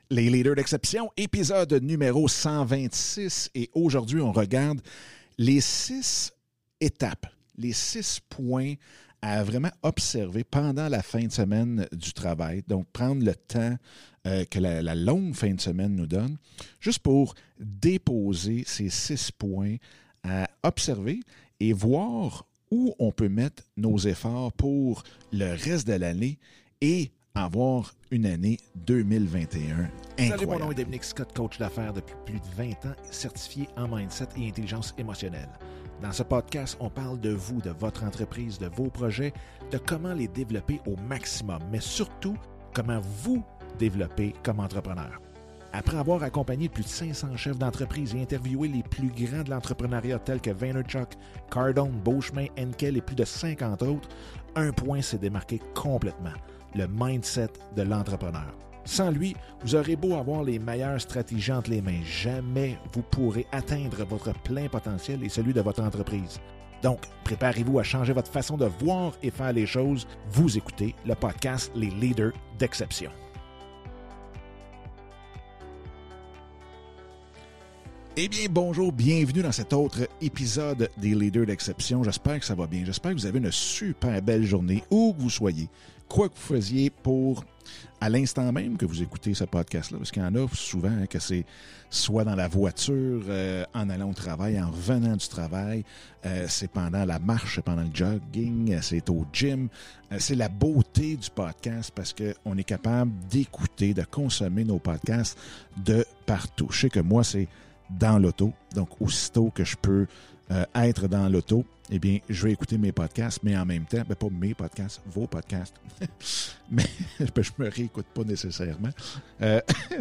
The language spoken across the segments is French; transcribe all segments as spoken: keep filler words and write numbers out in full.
Les leaders d'exception, épisode numéro cent vingt-six. Et aujourd'hui, on regarde les six étapes, les six points à vraiment observer pendant la fin de semaine du travail. Donc, prendre le temps euh, que la, la longue fin de semaine nous donne, juste pour déposer ces six points à observer et voir où on peut mettre nos efforts pour le reste de l'année et avoir une année deux mille vingt et un incroyable. Salut, mon nom est Dominique Scott, coach d'affaires depuis plus de vingt ans, certifié en mindset et intelligence émotionnelle. Dans ce podcast, on parle de vous, de votre entreprise, de vos projets, de comment les développer au maximum, mais surtout, comment vous développer comme entrepreneur. Après avoir accompagné plus de cinq cents chefs d'entreprise et interviewé les plus grands de l'entrepreneuriat tels que Vaynerchuk, Cardone, Beauchemin, Henkel et plus de cinquante autres, un point s'est démarqué complètement, le mindset de l'entrepreneur. Sans lui, vous aurez beau avoir les meilleures stratégies entre les mains, jamais vous pourrez atteindre votre plein potentiel et celui de votre entreprise. Donc, préparez-vous à changer votre façon de voir et faire les choses. Vous écoutez le podcast Les Leaders d'Exception. Eh bien, bonjour, bienvenue dans cet autre épisode des Leaders d'Exception. J'espère que ça va bien. J'espère que vous avez une super belle journée, où que vous soyez, quoi que vous faisiez pour, à l'instant même que vous écoutez ce podcast-là, parce qu'il y en a souvent hein, que c'est soit dans la voiture, euh, en allant au travail, en revenant du travail, euh, c'est pendant la marche, c'est pendant le jogging, c'est au gym. Euh, c'est la beauté du podcast parce qu'on est capable d'écouter, de consommer nos podcasts de partout. Je sais que moi, c'est dans l'auto. Donc, aussitôt que je peux euh, être dans l'auto, eh bien, je vais écouter mes podcasts, mais en même temps, ben pas mes podcasts, vos podcasts. mais ben, je me réécoute pas nécessairement. Euh,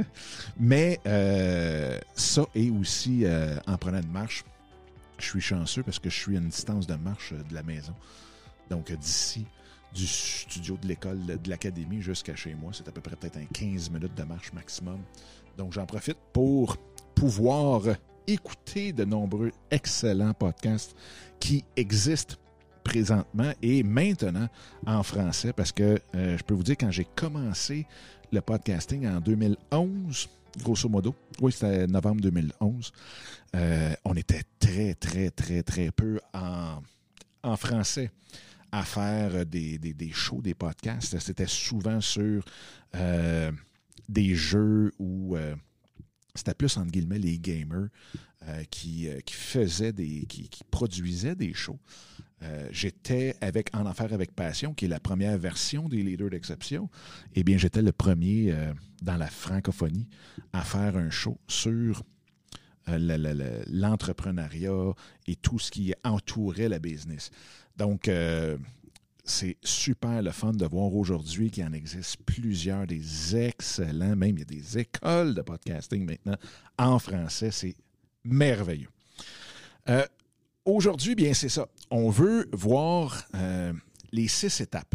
mais euh, ça et aussi euh, en prenant une marche, je suis chanceux parce que je suis à une distance de marche de la maison. Donc, d'ici, du studio de l'école, de l'académie jusqu'à chez moi, c'est à peu près peut-être un quinze minutes de marche maximum. Donc, j'en profite pour pouvoir écouter de nombreux excellents podcasts qui existent présentement et maintenant en français parce que euh, je peux vous dire, quand j'ai commencé le podcasting en deux mille onze, grosso modo, oui, c'était novembre deux mille onze, euh, on était très, très, très, très peu en, en français à faire des, des, des shows, des podcasts. C'était souvent sur euh, des jeux où euh, c'était plus, entre guillemets, les gamers euh, qui, euh, qui faisaient des, qui, qui produisaient des shows. Euh, j'étais avec En Enfer avec Passion, qui est la première version des Leaders d'Exception. Eh bien, j'étais le premier euh, dans la francophonie à faire un show sur euh, le, le, le, l'entrepreneuriat et tout ce qui entourait la business. Donc, euh, c'est super le fun de voir aujourd'hui qu'il en existe plusieurs, des excellents, même il y a des écoles de podcasting maintenant en français. C'est merveilleux. Euh, aujourd'hui, bien, c'est ça. On veut voir euh, les six étapes.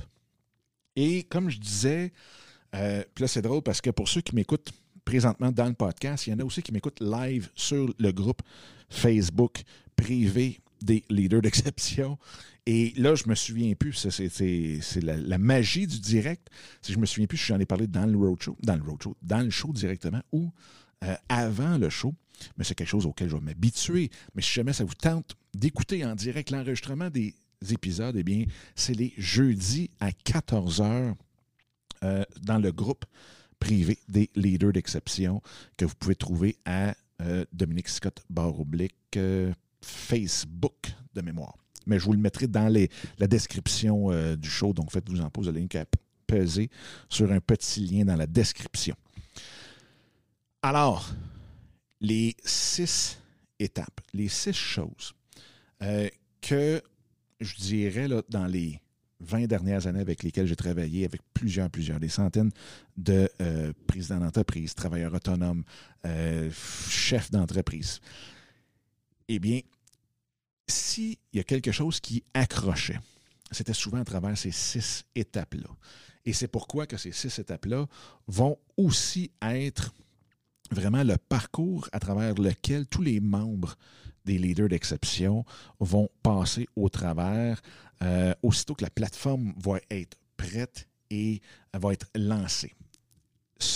Et comme je disais, euh, puis là, c'est drôle parce que pour ceux qui m'écoutent présentement dans le podcast, il y en a aussi qui m'écoutent live sur le groupe Facebook privé des Leaders d'Exception. Et là, je me souviens plus, c'est, c'est, c'est, c'est la, la magie du direct. Si je me souviens plus, j'en ai parlé dans le roadshow, dans le roadshow, dans le show directement ou euh, avant le show. Mais c'est quelque chose auquel je vais m'habituer. Mais si jamais ça vous tente d'écouter en direct l'enregistrement des épisodes, eh bien, c'est les jeudis à quatorze heures euh, dans le groupe privé des Leaders d'Exception que vous pouvez trouver à euh, Dominique Scott barre oblique euh, Facebook de mémoire. Mais je vous le mettrai dans les, la description euh, du show. Donc, faites-vous en pause. Vous allez qu'à peser sur un petit lien dans la description. Alors, les six étapes, les six choses euh, que je dirais là, dans les vingt dernières années avec lesquelles j'ai travaillé avec plusieurs, plusieurs, des centaines de euh, présidents d'entreprise, travailleurs autonomes, euh, chefs d'entreprise. Eh bien, s'il y a quelque chose qui accrochait, c'était souvent à travers ces six étapes-là. Et c'est pourquoi que ces six étapes-là vont aussi être vraiment le parcours à travers lequel tous les membres des Leaders d'Exception vont passer au travers euh, aussitôt que la plateforme va être prête et va être lancée. Ça,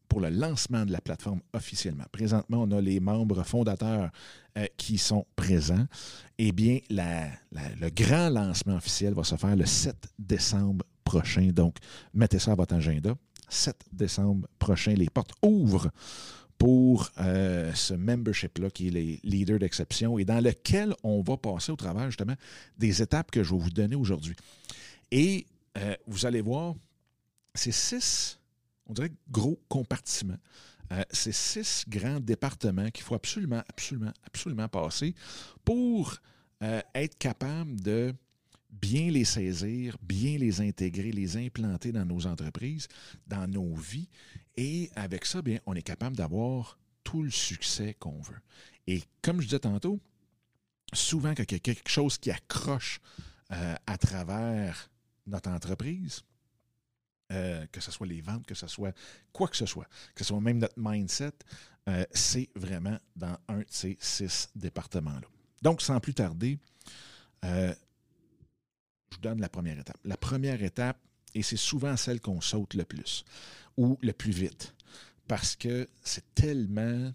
pour le lancement de la plateforme officiellement. Présentement, on a les membres fondateurs euh, qui sont présents. Eh bien, la, la, le grand lancement officiel va se faire le sept décembre prochain. Donc, mettez ça à votre agenda. sept décembre prochain, les portes ouvrent pour euh, ce membership-là qui est les leaders d'exception et dans lequel on va passer au travers justement des étapes que je vais vous donner aujourd'hui. Et euh, vous allez voir, ces six, on dirait gros compartiments, euh, ces six grands départements qu'il faut absolument, absolument, absolument passer pour euh, être capable de bien les saisir, bien les intégrer, les implanter dans nos entreprises, dans nos vies. Et avec ça, bien, on est capable d'avoir tout le succès qu'on veut. Et comme je disais tantôt, souvent quand il y a quelque chose qui accroche euh, à travers notre entreprise, euh, que ce soit les ventes, que ce soit quoi que ce soit, que ce soit même notre mindset, euh, c'est vraiment dans un de ces six départements-là. Donc, sans plus tarder, euh, je vous donne la première étape. La première étape, et c'est souvent celle qu'on saute le plus ou le plus vite, parce que c'est tellement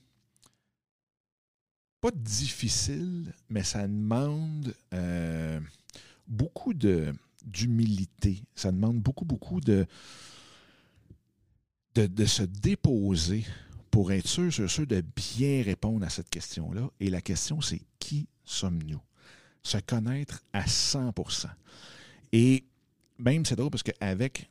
pas difficile, mais ça demande euh, beaucoup de, d'humilité. Ça demande beaucoup, beaucoup de, de, de se déposer pour être sûr, sûr, sûr de bien répondre à cette question-là. Et la question, c'est qui sommes-nous? Se connaître à cent pour cent. Et même, c'est drôle parce qu'avec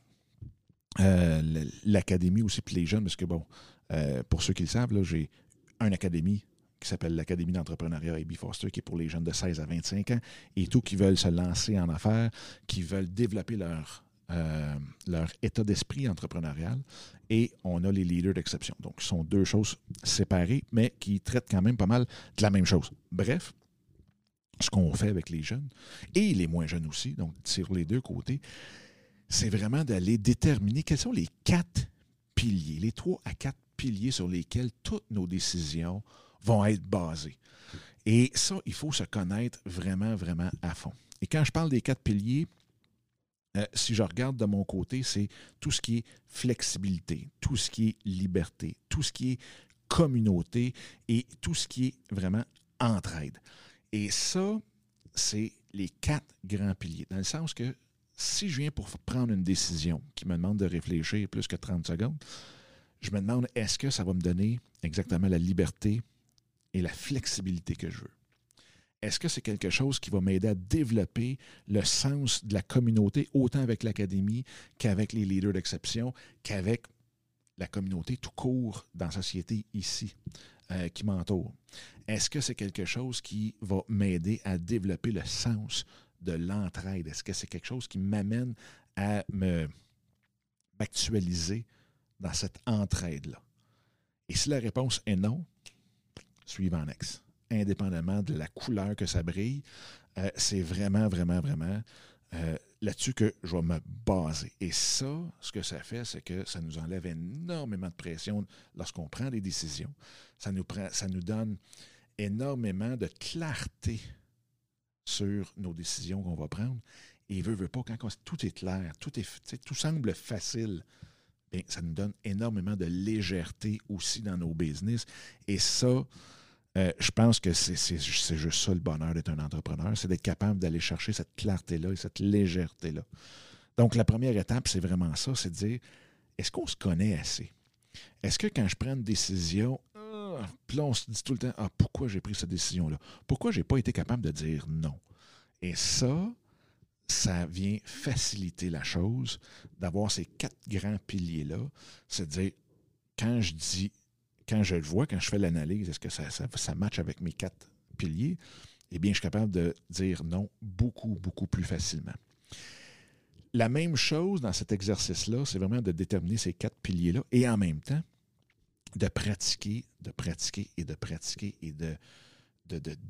euh, l'académie aussi, puis les jeunes, parce que bon, euh, pour ceux qui le savent, là, j'ai une académie qui s'appelle l'Académie d'entrepreneuriat A B Foster, qui est pour les jeunes de seize à vingt-cinq ans, et tout qui veulent se lancer en affaires, qui veulent développer leur, euh, leur état d'esprit entrepreneurial. Et on a les leaders d'exception. Donc, ce sont deux choses séparées, mais qui traitent quand même pas mal de la même chose. Bref, ce qu'on fait avec les jeunes, et les moins jeunes aussi, donc sur les deux côtés, c'est vraiment d'aller déterminer quels sont les quatre piliers, les trois à quatre piliers sur lesquels toutes nos décisions vont être basées. Et ça, il faut se connaître vraiment, vraiment à fond. Et quand je parle des quatre piliers, euh, si je regarde de mon côté, c'est tout ce qui est flexibilité, tout ce qui est liberté, tout ce qui est communauté et tout ce qui est vraiment entraide. Et ça, c'est les quatre grands piliers. Dans le sens que si je viens pour prendre une décision qui me demande de réfléchir plus que trente secondes, je me demande est-ce que ça va me donner exactement la liberté et la flexibilité que je veux? Est-ce que c'est quelque chose qui va m'aider à développer le sens de la communauté, autant avec l'académie qu'avec les leaders d'exception, qu'avec la communauté tout court dans la société ici euh, qui m'entoure? Est-ce que c'est quelque chose qui va m'aider à développer le sens de l'entraide? Est-ce que c'est quelque chose qui m'amène à me m'actualiser dans cette entraide-là? Et si la réponse est non, suivant next. Indépendamment de la couleur que ça brille, euh, c'est vraiment, vraiment, vraiment euh, là-dessus que je vais me baser. Et ça, ce que ça fait, c'est que ça nous enlève énormément de pression lorsqu'on prend des décisions. Ça nous, prend, ça nous donne énormément de clarté sur nos décisions qu'on va prendre. Et veut, veut pas, quand tout est clair, tout, est, tout semble facile, bien, ça nous donne énormément de légèreté aussi dans nos business. Et ça, Euh, je pense que c'est, c'est, c'est juste ça le bonheur d'être un entrepreneur, c'est d'être capable d'aller chercher cette clarté-là et cette légèreté-là. Donc, la première étape, c'est vraiment ça, c'est de dire, est-ce qu'on se connaît assez? Est-ce que quand je prends une décision, ah, puis là, on se dit tout le temps, ah, pourquoi j'ai pris cette décision-là? Pourquoi je n'ai pas été capable de dire non? Et ça, ça vient faciliter la chose d'avoir ces quatre grands piliers-là, c'est de dire, quand je dis Quand je le vois, quand je fais l'analyse, est-ce que ça, ça, ça matche avec mes quatre piliers? Eh bien, je suis capable de dire non beaucoup, beaucoup plus facilement. La même chose dans cet exercice-là, c'est vraiment de déterminer ces quatre piliers-là et en même temps, de pratiquer, de pratiquer et de pratiquer et de, de, de,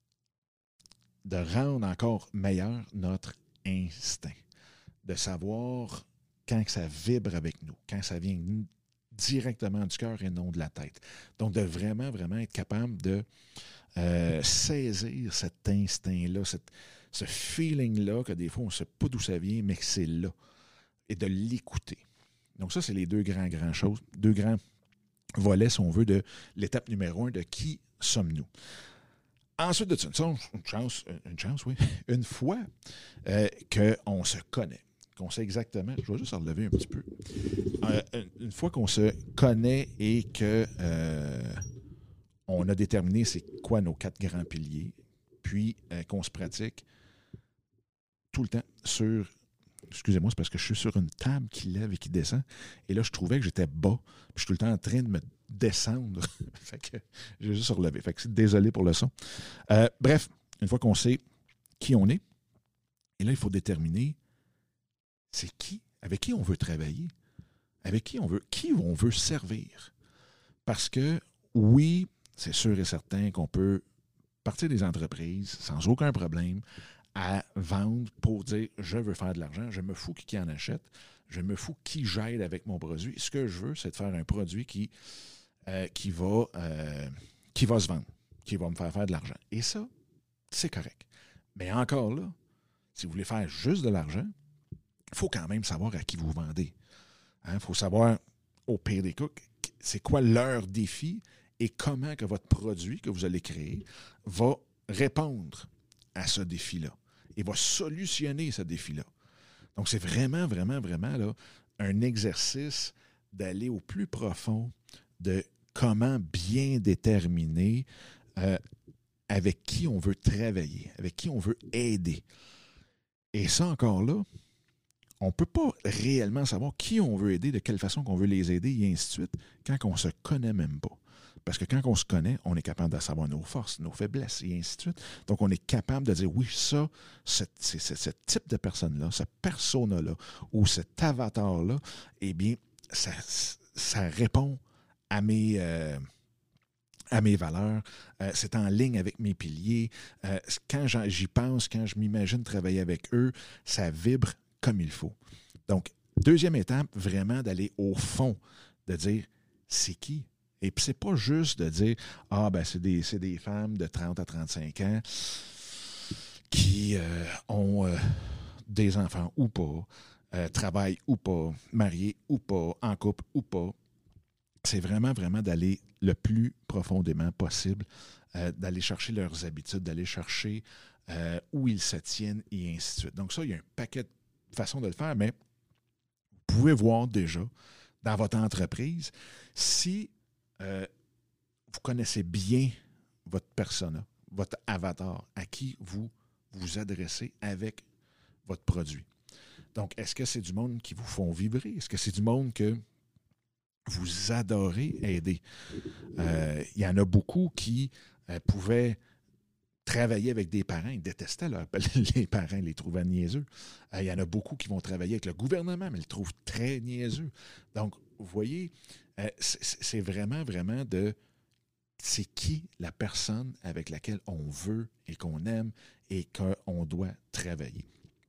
de rendre encore meilleur notre instinct. De savoir quand ça vibre avec nous, quand ça vient directement du cœur et non de la tête. Donc, de vraiment, vraiment être capable de euh, saisir cet instinct-là, cette, ce feeling-là que des fois, on ne sait pas d'où ça vient, mais que c'est là, et de l'écouter. Donc, ça, c'est les deux grands, grands choses, deux grands volet, si on veut, de l'étape numéro un de qui sommes-nous. Ensuite de ça, une chance, une chance, oui, une fois euh, qu'on se connaît, qu'on sait exactement, je vais juste relever un petit peu, euh, une fois qu'on se connaît et que euh, on a déterminé c'est quoi nos quatre grands piliers, puis euh, qu'on se pratique tout le temps sur, excusez-moi, c'est parce que je suis sur une table qui lève et qui descend, et là, je trouvais que j'étais bas, puis je suis tout le temps en train de me descendre. Fait que j'ai juste relevé. Fait que c'est désolé pour le son. Euh, bref, une fois qu'on sait qui on est, et là, il faut déterminer c'est qui, avec qui on veut travailler, avec qui on veut, qui on veut servir. Parce que, oui, c'est sûr et certain qu'on peut partir des entreprises sans aucun problème à vendre pour dire « je veux faire de l'argent, je me fous qui en achète, je me fous qui j'aide avec mon produit. Ce que je veux, c'est de faire un produit qui, euh, qui, va, euh, qui va se vendre, qui va me faire faire de l'argent. » Et ça, c'est correct. Mais encore là, si vous voulez faire juste de l'argent, il faut quand même savoir à qui vous vendez. Il hein, faut savoir, au pire des cas, c'est quoi leur défi et comment que votre produit que vous allez créer va répondre à ce défi-là et va solutionner ce défi-là. Donc, c'est vraiment, vraiment, vraiment là, un exercice d'aller au plus profond de comment bien déterminer euh, avec qui on veut travailler, avec qui on veut aider. Et ça, encore là, on ne peut pas réellement savoir qui on veut aider, de quelle façon qu'on veut les aider, et ainsi de suite, quand on ne se connaît même pas. Parce que quand on se connaît, on est capable de savoir nos forces, nos faiblesses, et ainsi de suite. Donc, on est capable de dire, oui, ça, ce, c'est, c'est, ce type de personne-là, ce persona-là, ou cet avatar-là, eh bien, ça, ça répond à mes, euh, à mes valeurs, euh, c'est en ligne avec mes piliers. Euh, quand j'y pense, quand je m'imagine travailler avec eux, ça vibre comme il faut. Donc, deuxième étape, vraiment d'aller au fond, de dire, c'est qui? Et puis, c'est pas juste de dire, ah, ben, c'est des, c'est des femmes de trente à trente-cinq ans qui euh, ont euh, des enfants ou pas, euh, travaillent ou pas, mariés ou pas, en couple ou pas. C'est vraiment, vraiment d'aller le plus profondément possible, euh, d'aller chercher leurs habitudes, d'aller chercher euh, où ils se tiennent et ainsi de suite. Donc, ça, il y a un paquet de façons de le faire, mais vous pouvez voir déjà dans votre entreprise si Euh, vous connaissez bien votre persona, votre avatar, à qui vous vous adressez avec votre produit. Donc, est-ce que c'est du monde qui vous font vibrer? Est-ce que c'est du monde que vous adorez aider? Euh, il y en a beaucoup qui euh, pouvaient travailler avec des parents. Ils détestaient leur, les parents, ils les trouvaient niaiseux. Euh, il y en a beaucoup qui vont travailler avec le gouvernement, mais ils le trouvent très niaiseux. Donc, vous voyez, euh, c'est, c'est vraiment, vraiment de... C'est qui la personne avec laquelle on veut et qu'on aime et qu'on doit travailler.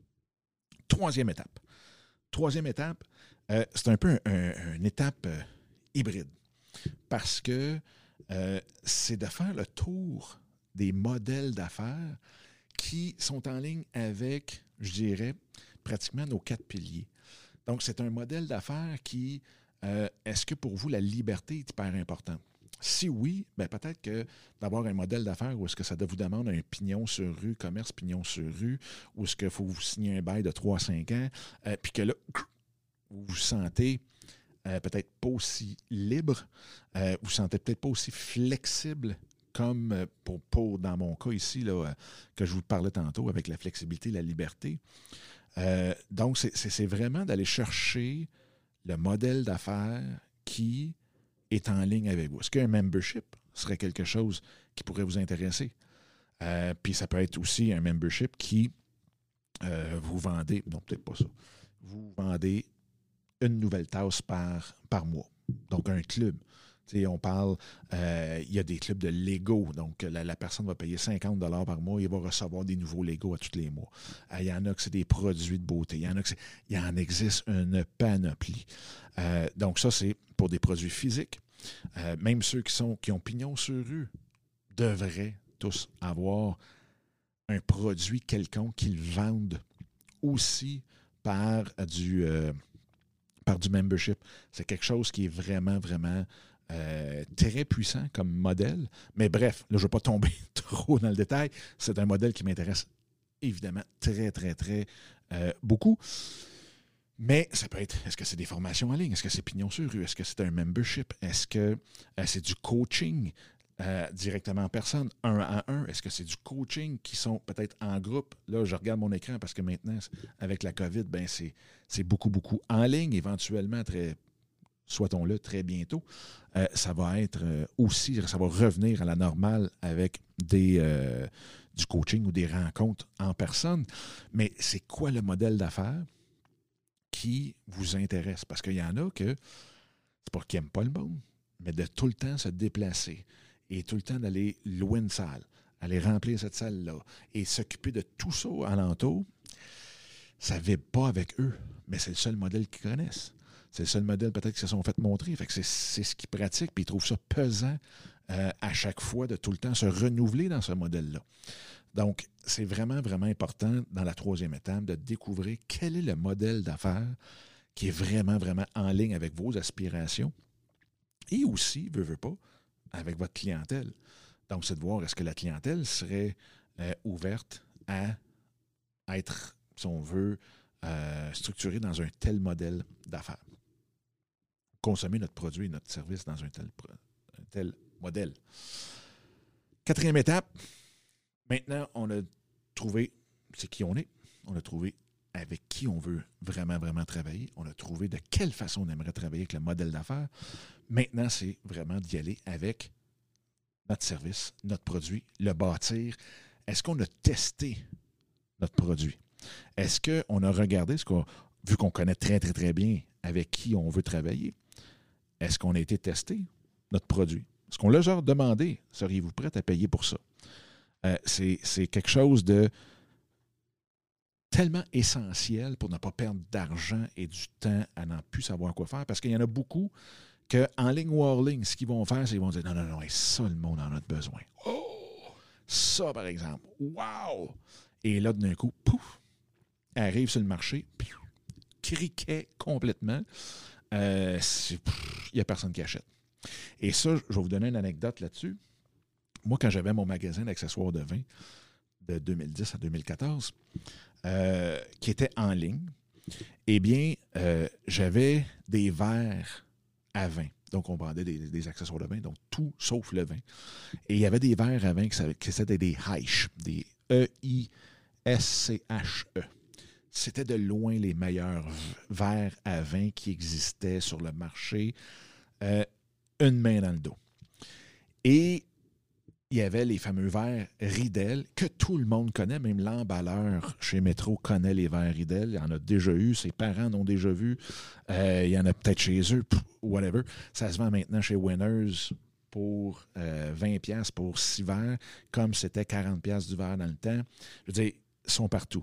Troisième étape. Troisième étape, euh, c'est un peu un, un, une étape euh, hybride parce que euh, c'est de faire le tour des modèles d'affaires qui sont en ligne avec, je dirais, pratiquement nos quatre piliers. Donc, c'est un modèle d'affaires qui, euh, est-ce que pour vous, la liberté est hyper importante? Si oui, bien peut-être que d'avoir un modèle d'affaires où est-ce que ça vous demande un pignon sur rue, commerce pignon sur rue, où est-ce qu'il faut vous signer un bail de trois à cinq ans, euh, puis que là, vous vous sentez euh, peut-être pas aussi libre, euh, vous vous sentez peut-être pas aussi flexible comme pour, pour dans mon cas ici, là, que je vous parlais tantôt, avec la flexibilité, la liberté. Euh, donc, c'est, c'est, c'est vraiment d'aller chercher le modèle d'affaires qui est en ligne avec vous. Est-ce qu'un membership serait quelque chose qui pourrait vous intéresser? Euh, puis ça peut être aussi un membership qui euh, vous vendez, non, peut-être pas ça, vous vendez une nouvelle tasse par, par mois. Donc, un club. T'sais, on parle, euh, il y a des clubs de Lego, donc la, la personne va payer cinquante dollars par mois et va recevoir des nouveaux Lego à tous les mois. Euh, il y en a que c'est des produits de beauté, il y en a que c'est, il y en existe une panoplie. Euh, donc ça, c'est pour des produits physiques. Euh, même ceux qui, sont, qui ont pignon sur rue devraient tous avoir un produit quelconque qu'ils vendent aussi par du, euh, par du membership. C'est quelque chose qui est vraiment, vraiment euh, très puissant comme modèle. Mais bref, là, je ne veux pas tomber trop dans le détail. C'est un modèle qui m'intéresse évidemment très, très, très euh, beaucoup. Mais ça peut être, est-ce que c'est des formations en ligne? Est-ce que c'est pignon sur rue? Est-ce que c'est un membership? Est-ce que euh, c'est du coaching euh, directement en personne, un à un? Est-ce que c'est du coaching qui sont peut-être en groupe? Là, je regarde mon écran parce que maintenant, avec la COVID, ben c'est, c'est beaucoup, beaucoup en ligne, éventuellement, très, souhaitons-le, très bientôt. Euh, ça va être euh, aussi, ça va revenir à la normale avec des, euh, du coaching ou des rencontres en personne. Mais c'est quoi le modèle d'affaires qui vous intéresse? Parce qu'il y en a que c'est pas qu'ils n'aiment pas le monde, mais de tout le temps se déplacer et tout le temps d'aller louer une salle, aller remplir cette salle-là et s'occuper de tout ça alentour, ça ne vibre pas avec eux, mais c'est le seul modèle qu'ils connaissent. C'est le seul modèle peut-être qu'ils se sont fait montrer. Fait que c'est, c'est ce qu'ils pratiquent, puis ils trouvent ça pesant euh, à chaque fois de tout le temps se renouveler dans ce modèle-là. Donc, c'est vraiment, vraiment important dans la troisième étape de découvrir quel est le modèle d'affaires qui est vraiment, vraiment en ligne avec vos aspirations et aussi, veut, veut pas, avec votre clientèle. Donc, c'est de voir est-ce que la clientèle serait euh, ouverte à être, si on veut, euh, structurée dans un tel modèle d'affaires. Consommer notre produit et notre service dans un tel, un tel modèle. Quatrième étape. Maintenant, on a trouvé c'est qui on est. On a trouvé avec qui on veut vraiment, vraiment travailler. On a trouvé de quelle façon on aimerait travailler avec le modèle d'affaires. Maintenant, c'est vraiment d'y aller avec notre service, notre produit, le bâtir. Est-ce qu'on a testé notre produit? Est-ce qu'on a regardé, ce qu'on, vu qu'on connaît très, très, très bien avec qui on veut travailler, est-ce qu'on a été testé notre produit? Est-ce qu'on l'a genre demandé? Seriez-vous prêt à payer pour ça? Euh, c'est, c'est quelque chose de tellement essentiel pour ne pas perdre d'argent et du temps à n'en plus savoir quoi faire. Parce qu'il y en a beaucoup qu'en ligne ou hors ligne, ce qu'ils vont faire, c'est qu'ils vont dire « Non, non, non, ça, le monde en a besoin. Oh! Ça, par exemple. Wow! » Et là, d'un coup, pouf, arrive sur le marché, piou, criquet complètement. Euh, il n'y a personne qui achète. Et ça, je vais vous donner une anecdote là-dessus. Moi, quand j'avais mon magasin d'accessoires de vin de deux mille dix à deux mille quatorze, euh, qui était en ligne, eh bien, euh, j'avais des verres à vin. Donc, on vendait des, des accessoires de vin, donc tout sauf le vin. Et il y avait des verres à vin qui, qui c'était des Heisch, des E I S C H E. C'était de loin les meilleurs verres à vin qui existaient sur le marché. Euh, une main dans le dos. Et il y avait les fameux verres Riedel que tout le monde connaît, même l'emballeur chez Metro connaît les verres Riedel. Il y en a déjà eu, ses parents en ont déjà vu. Euh, il y en a peut-être chez eux, pff, whatever. Ça se vend maintenant chez Winners pour euh, vingt dollars pour six verres, comme c'était quarante dollars du verre dans le temps. Je veux dire, ils sont partout.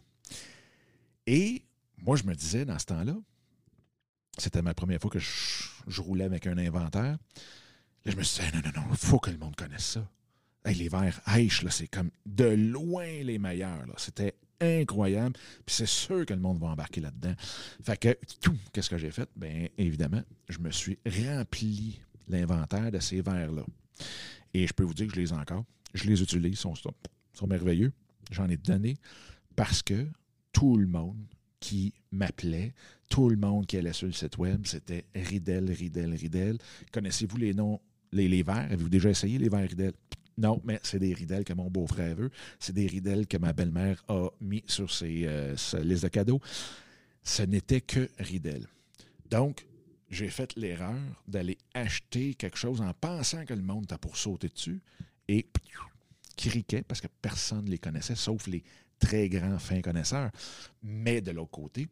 Et moi, je me disais, dans ce temps-là, c'était ma première fois que je, je roulais avec un inventaire. Là, je me suis dit, non, non, non, il faut que le monde connaisse ça. Hey, les verres Heisch, là, c'est comme de loin les meilleurs. Là. C'était incroyable. Puis c'est sûr que le monde va embarquer là-dedans. Fait que, tout, qu'est-ce que j'ai fait? Bien, évidemment, je me suis rempli l'inventaire de ces verres-là. Et je peux vous dire que je les ai encore. Je les utilise, ils sont, sont merveilleux. J'en ai donné parce que tout le monde qui m'appelait, tout le monde qui allait sur le site web, c'était Riedel, Riedel, Riedel. Connaissez-vous les noms, les, les verres? Avez-vous déjà essayé les verres Riedel? Non, mais c'est des Riedel que mon beau-frère veut. C'est des Riedel que ma belle-mère a mis sur ses, euh, sa liste de cadeaux. Ce n'était que Riedel. Donc, j'ai fait l'erreur d'aller acheter quelque chose en pensant que le monde était pour sauter dessus et criquait parce que personne ne les connaissait, sauf les très grands fins connaisseurs. Mais de l'autre côté,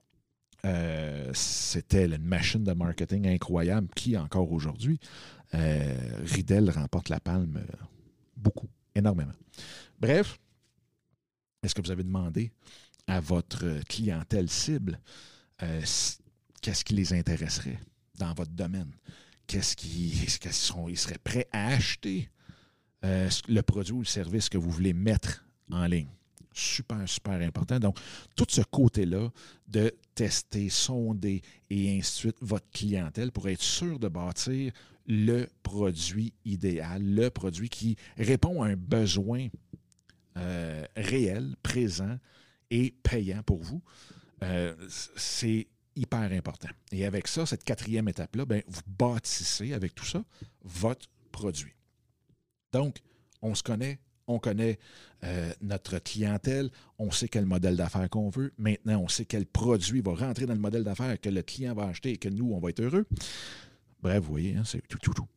euh, c'était une machine de marketing incroyable qui, encore aujourd'hui, euh, Riedel remporte la palme euh, beaucoup, énormément. Bref, est-ce que vous avez demandé à votre clientèle cible euh, qu'est-ce qui les intéresserait dans votre domaine? Qu'est-ce qui, est-ce qu'ils seront, ils seraient prêts à acheter euh, le produit ou le service que vous voulez mettre en ligne? Super, super important. Donc, tout ce côté-là de tester, sonder et ainsi de suite votre clientèle pour être sûr de bâtir le produit idéal, le produit qui répond à un besoin euh, réel, présent et payant pour vous. Euh, c'est hyper important. Et avec ça, cette quatrième étape-là, ben, vous bâtissez avec tout ça votre produit. Donc, on se connaît, on connaît euh, notre clientèle, on sait quel modèle d'affaires qu'on veut. Maintenant, on sait quel produit va rentrer dans le modèle d'affaires que le client va acheter et que nous, on va être heureux. Bref, vous voyez, hein, c'est tout, tout, tout.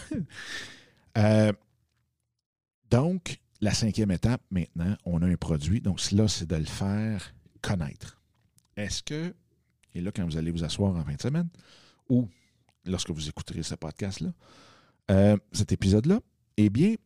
euh, donc, la cinquième étape, maintenant, on a un produit. Donc, là, c'est de le faire connaître. Est-ce que, et là, quand vous allez vous asseoir en fin de semaine, ou lorsque vous écouterez ce podcast-là, euh, cet épisode-là, eh bien,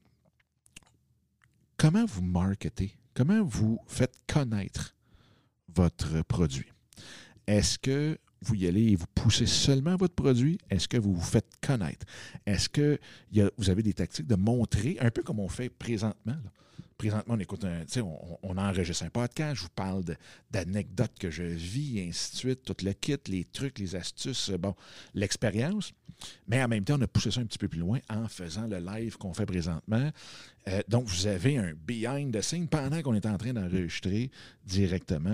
comment vous marketez? Comment vous faites connaître votre produit? Est-ce que vous y allez et vous poussez seulement votre produit? Est-ce que vous vous faites connaître? Est-ce que y a, vous avez des tactiques de montrer, un peu comme on fait présentement, là. Présentement, on écoute un, on, on enregistre un podcast, je vous parle de, d'anecdotes que je vis, et ainsi de suite, tout le kit, les trucs, les astuces, bon, l'expérience. Mais en même temps, on a poussé ça un petit peu plus loin en faisant le live qu'on fait présentement. Euh, donc, vous avez un behind the scene pendant qu'on est en train d'enregistrer directement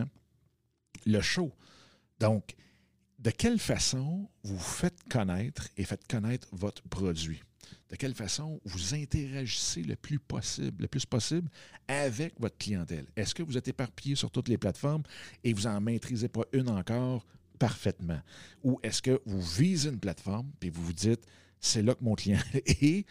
le show. Donc, de quelle façon vous faites connaître et faites connaître votre produit? De quelle façon vous interagissez le plus possible, le plus possible avec votre clientèle? Est-ce que vous êtes éparpillé sur toutes les plateformes et vous n'en maîtrisez pas une encore parfaitement? Ou est-ce que vous visez une plateforme et vous vous dites, c'est là que mon client est?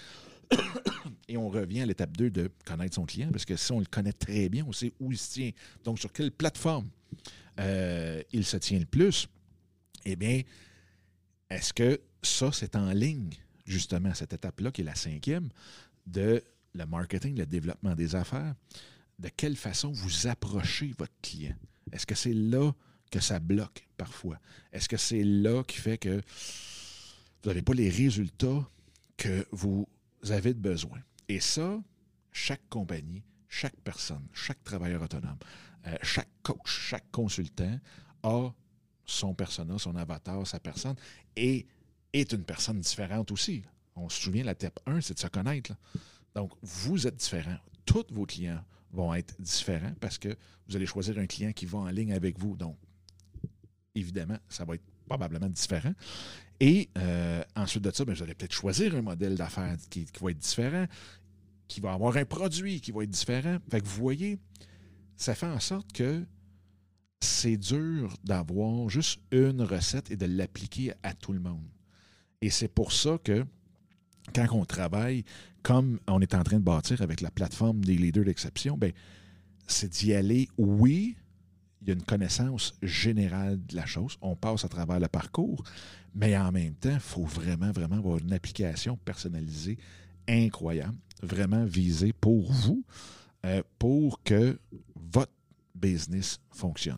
Et on revient à l'étape deux de connaître son client, parce que si on le connaît très bien, on sait où il se tient. Donc, sur quelle plateforme euh, il se tient le plus? Eh bien, est-ce que ça, c'est en ligne, justement, cette étape-là, qui est la cinquième, de le marketing, le développement des affaires? De quelle façon vous approchez votre client? Est-ce que c'est là que ça bloque parfois? Est-ce que c'est là qui fait que vous n'avez pas les résultats que vous avez de besoin? Et ça, chaque compagnie, chaque personne, chaque travailleur autonome, euh, chaque coach, chaque consultant a son persona, son avatar, sa personne, et est une personne différente aussi. On se souvient, l'étape un, c'est de se connaître, là. Donc, vous êtes différent. Tous vos clients vont être différents parce que vous allez choisir un client qui va en ligne avec vous. Donc, évidemment, ça va être probablement différent. Et euh, ensuite de ça, bien, vous allez peut-être choisir un modèle d'affaires qui, qui va être différent, qui va avoir un produit qui va être différent. Fait que vous voyez, ça fait en sorte que c'est dur d'avoir juste une recette et de l'appliquer à tout le monde. Et c'est pour ça que quand on travaille comme on est en train de bâtir avec la plateforme des leaders d'exception, bien, c'est d'y aller, oui, il y a une connaissance générale de la chose, on passe à travers le parcours, mais en même temps, il faut vraiment, vraiment avoir une application personnalisée incroyable, vraiment visée pour vous, euh, pour que votre business fonctionne.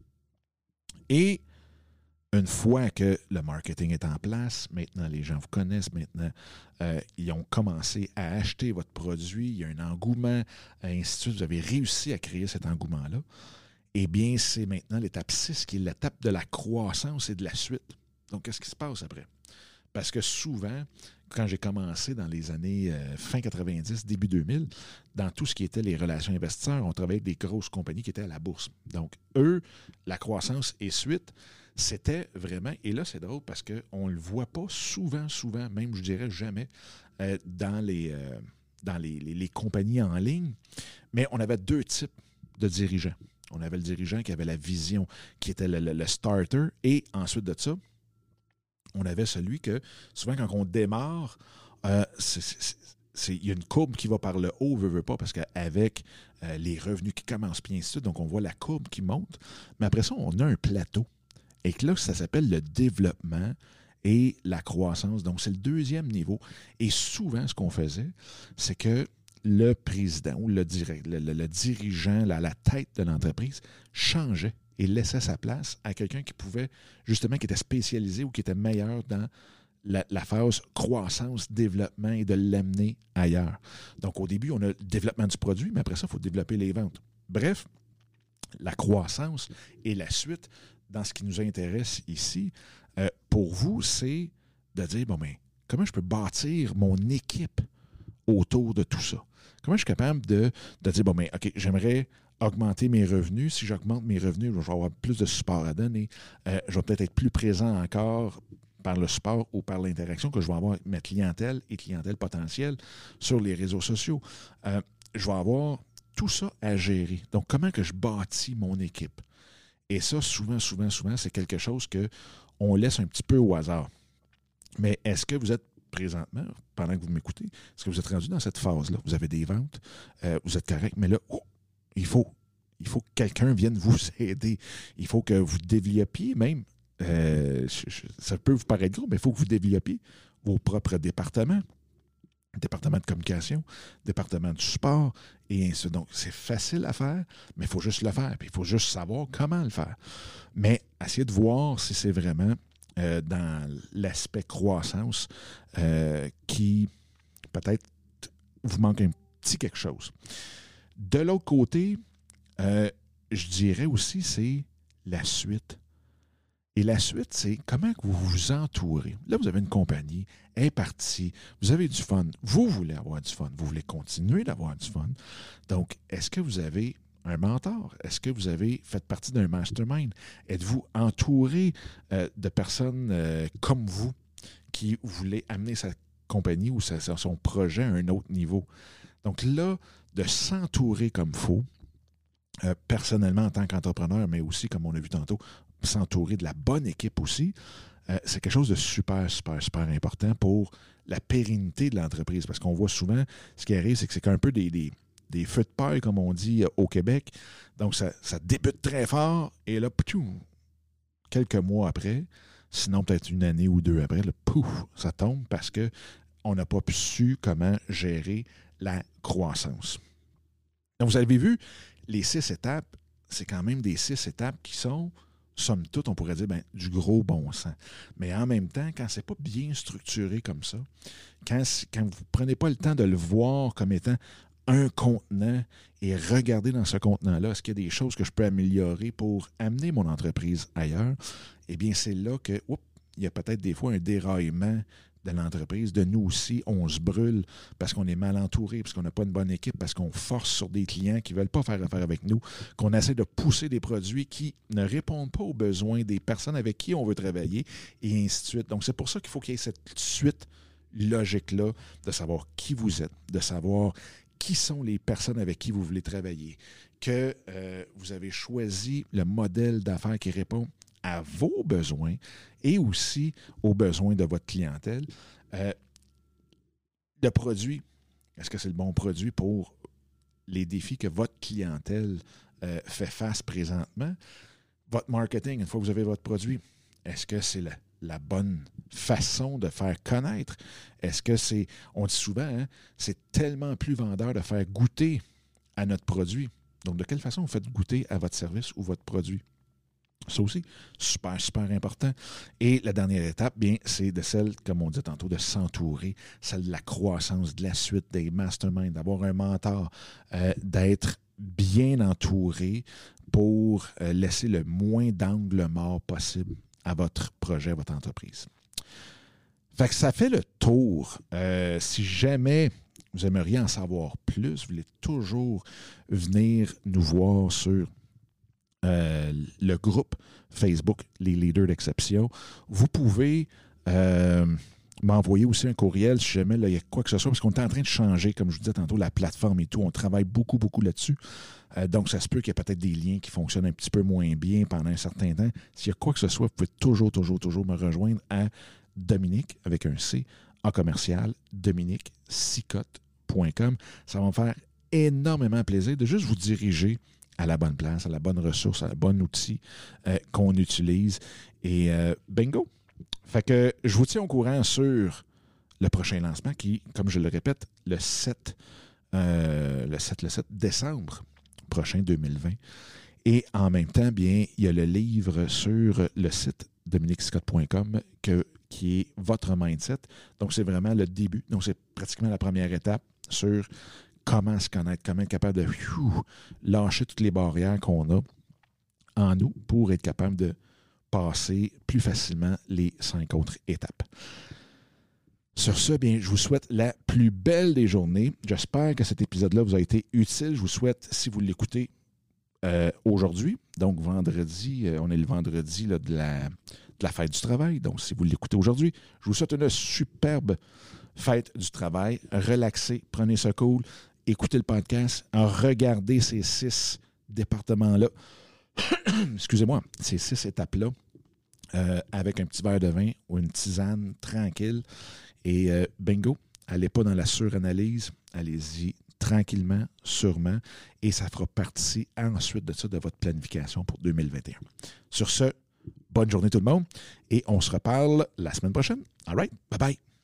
Et une fois que le marketing est en place, maintenant les gens vous connaissent, maintenant euh, ils ont commencé à acheter votre produit, il y a un engouement, ainsi de suite, vous avez réussi à créer cet engouement-là, eh bien c'est maintenant l'étape six qui est l'étape de la croissance et de la suite. Donc qu'est-ce qui se passe après? Parce que souvent, quand j'ai commencé dans les années euh, fin quatre-vingt-dix, début deux mille, dans tout ce qui était les relations investisseurs, on travaillait avec des grosses compagnies qui étaient à la bourse. Donc, eux, la croissance et suite, c'était vraiment, et là c'est drôle parce qu'on ne le voit pas souvent, souvent, même je dirais jamais, euh, dans, les, euh, dans les, les, les compagnies en ligne, mais on avait deux types de dirigeants. On avait le dirigeant qui avait la vision, qui était le, le, le starter, et ensuite de ça, on avait celui que, souvent, quand on démarre, euh, c'est, c'est, c'est, il y a une courbe qui va par le haut, veut, veut pas, parce qu'avec euh, les revenus qui commencent, bien ainsi de suite, donc on voit la courbe qui monte. Mais après ça, on a un plateau. Et que là, ça s'appelle le développement et la croissance. Donc, c'est le deuxième niveau. Et souvent, ce qu'on faisait, c'est que le président ou le, direct, le, le, le dirigeant, la, la tête de l'entreprise, changeait et laissait sa place à quelqu'un qui pouvait, justement, qui était spécialisé ou qui était meilleur dans la, la phase croissance, développement et de l'amener ailleurs. Donc, au début, on a le développement du produit, mais après ça, il faut développer les ventes. Bref, la croissance et la suite, dans ce qui nous intéresse ici, euh, pour vous, c'est de dire, bon, mais comment je peux bâtir mon équipe autour de tout ça? Comment je suis capable de, de dire, bon, mais OK, j'aimerais augmenter mes revenus. Si j'augmente mes revenus, je vais avoir plus de support à donner. Euh, je vais peut-être être plus présent encore par le support ou par l'interaction que je vais avoir avec ma clientèle et clientèle potentielle sur les réseaux sociaux. Euh, je vais avoir tout ça à gérer. Donc, comment que je bâtis mon équipe? Et ça, souvent, souvent, souvent, c'est quelque chose qu'on laisse un petit peu au hasard. Mais est-ce que vous êtes présentement, pendant que vous m'écoutez, est-ce que vous êtes rendu dans cette phase-là? Vous avez des ventes, euh, vous êtes correct, mais là, oh, il faut, il faut que quelqu'un vienne vous aider. Il faut que vous développiez même, euh, je, je, ça peut vous paraître gros, mais il faut que vous développiez vos propres départements. Département de communication, département du support, et ainsi de suite. Donc, c'est facile à faire, mais il faut juste le faire. Puis il faut juste savoir comment le faire. Mais essayez de voir si c'est vraiment euh, dans l'aspect croissance euh, qui, peut-être, vous manque un petit quelque chose. De l'autre côté, euh, je dirais aussi, c'est la suite. Et la suite, c'est comment vous vous entourez. Là, vous avez une compagnie, elle est partie, vous avez du fun, vous voulez avoir du fun, vous voulez continuer d'avoir du fun. Donc, est-ce que vous avez un mentor? Est-ce que vous avez fait partie d'un mastermind? Êtes-vous entouré euh, de personnes euh, comme vous qui voulaient amener sa compagnie ou sa, son projet à un autre niveau? Donc là, de s'entourer comme il faut, euh, personnellement en tant qu'entrepreneur, mais aussi, comme on a vu tantôt, s'entourer de la bonne équipe aussi, euh, c'est quelque chose de super, super, super important pour la pérennité de l'entreprise. Parce qu'on voit souvent, ce qui arrive, c'est que c'est un peu des, des, des feux de paille, comme on dit euh, au Québec. Donc, ça, ça débute très fort, et là, p'tchou, quelques mois après, sinon peut-être une année ou deux après, là, pouf, ça tombe parce qu'on n'a pas su comment gérer la croissance. Donc, vous avez vu, les six étapes, c'est quand même des six étapes qui sont, somme toute, on pourrait dire, ben, du gros bon sens. Mais en même temps, quand c'est pas bien structuré comme ça, quand, quand vous ne prenez pas le temps de le voir comme étant un contenant et regarder dans ce contenant-là, est-ce qu'il y a des choses que je peux améliorer pour amener mon entreprise ailleurs, eh bien, c'est là que, oups, il y a peut-être des fois un déraillement de l'entreprise. De nous aussi, on se brûle parce qu'on est mal entouré, parce qu'on n'a pas une bonne équipe, parce qu'on force sur des clients qui ne veulent pas faire affaire avec nous, qu'on essaie de pousser des produits qui ne répondent pas aux besoins des personnes avec qui on veut travailler, et ainsi de suite. Donc, c'est pour ça qu'il faut qu'il y ait cette suite logique-là de savoir qui vous êtes, de savoir qui sont les personnes avec qui vous voulez travailler, que euh, vous avez choisi le modèle d'affaires qui répond à vos besoins et aussi aux besoins de votre clientèle. Euh, le produit, est-ce que c'est le bon produit pour les défis que votre clientèle euh, fait face présentement? Votre marketing, une fois que vous avez votre produit, est-ce que c'est la, la bonne façon de faire connaître? Est-ce que c'est, on dit souvent, hein, c'est tellement plus vendeur de faire goûter à notre produit. Donc, de quelle façon vous faites goûter à votre service ou votre produit? Ça aussi, super, super important. Et la dernière étape, bien, c'est de celle, comme on dit tantôt, de s'entourer, celle de la croissance, de la suite, des masterminds, d'avoir un mentor, euh, d'être bien entouré pour euh, laisser le moins d'angles morts possible à votre projet, à votre entreprise. Fait que ça fait le tour. Euh, si jamais vous aimeriez en savoir plus, vous voulez toujours venir nous voir sur Euh, le groupe Facebook, les leaders d'exception. Vous pouvez euh, m'envoyer aussi un courriel si jamais là, il y a quoi que ce soit, parce qu'on est en train de changer, comme je vous disais tantôt, la plateforme et tout. On travaille beaucoup, beaucoup là-dessus. Euh, donc, ça se peut qu'il y ait peut-être des liens qui fonctionnent un petit peu moins bien pendant un certain temps. S'il y a quoi que ce soit, vous pouvez toujours, toujours, toujours me rejoindre à Dominique, avec un C, en commercial, dominique sicotte point com. Ça va me faire énormément plaisir de juste vous diriger à la bonne place, à la bonne ressource, à la bonne outil euh, qu'on utilise. Et euh, bingo! Fait que je vous tiens au courant sur le prochain lancement qui, comme je le répète, le sept, euh, le sept, le sept décembre prochain deux mille vingt. Et en même temps, bien, il y a le livre sur le site dominique sicotte point com que, qui est votre mindset. Donc, c'est vraiment le début. Donc, c'est pratiquement la première étape sur comment se connaître, comment être capable de pfiou, lâcher toutes les barrières qu'on a en nous pour être capable de passer plus facilement les cinq autres étapes. Sur ce, bien, je vous souhaite la plus belle des journées. J'espère que cet épisode-là vous a été utile. Je vous souhaite, si vous l'écoutez euh, aujourd'hui, donc vendredi, euh, on est le vendredi là, de, la, de la fête du travail. Donc, si vous l'écoutez aujourd'hui, je vous souhaite une superbe fête du travail. Relaxez, prenez ça cool, écoutez le podcast, regardez ces six départements-là. Excusez-moi, ces six étapes-là, euh, avec un petit verre de vin ou une tisane tranquille. Et euh, bingo, allez pas dans la suranalyse, allez-y tranquillement, sûrement, et ça fera partie ensuite de ça de votre planification pour deux mille vingt et un. Sur ce, bonne journée tout le monde, et on se reparle la semaine prochaine. All right, bye bye.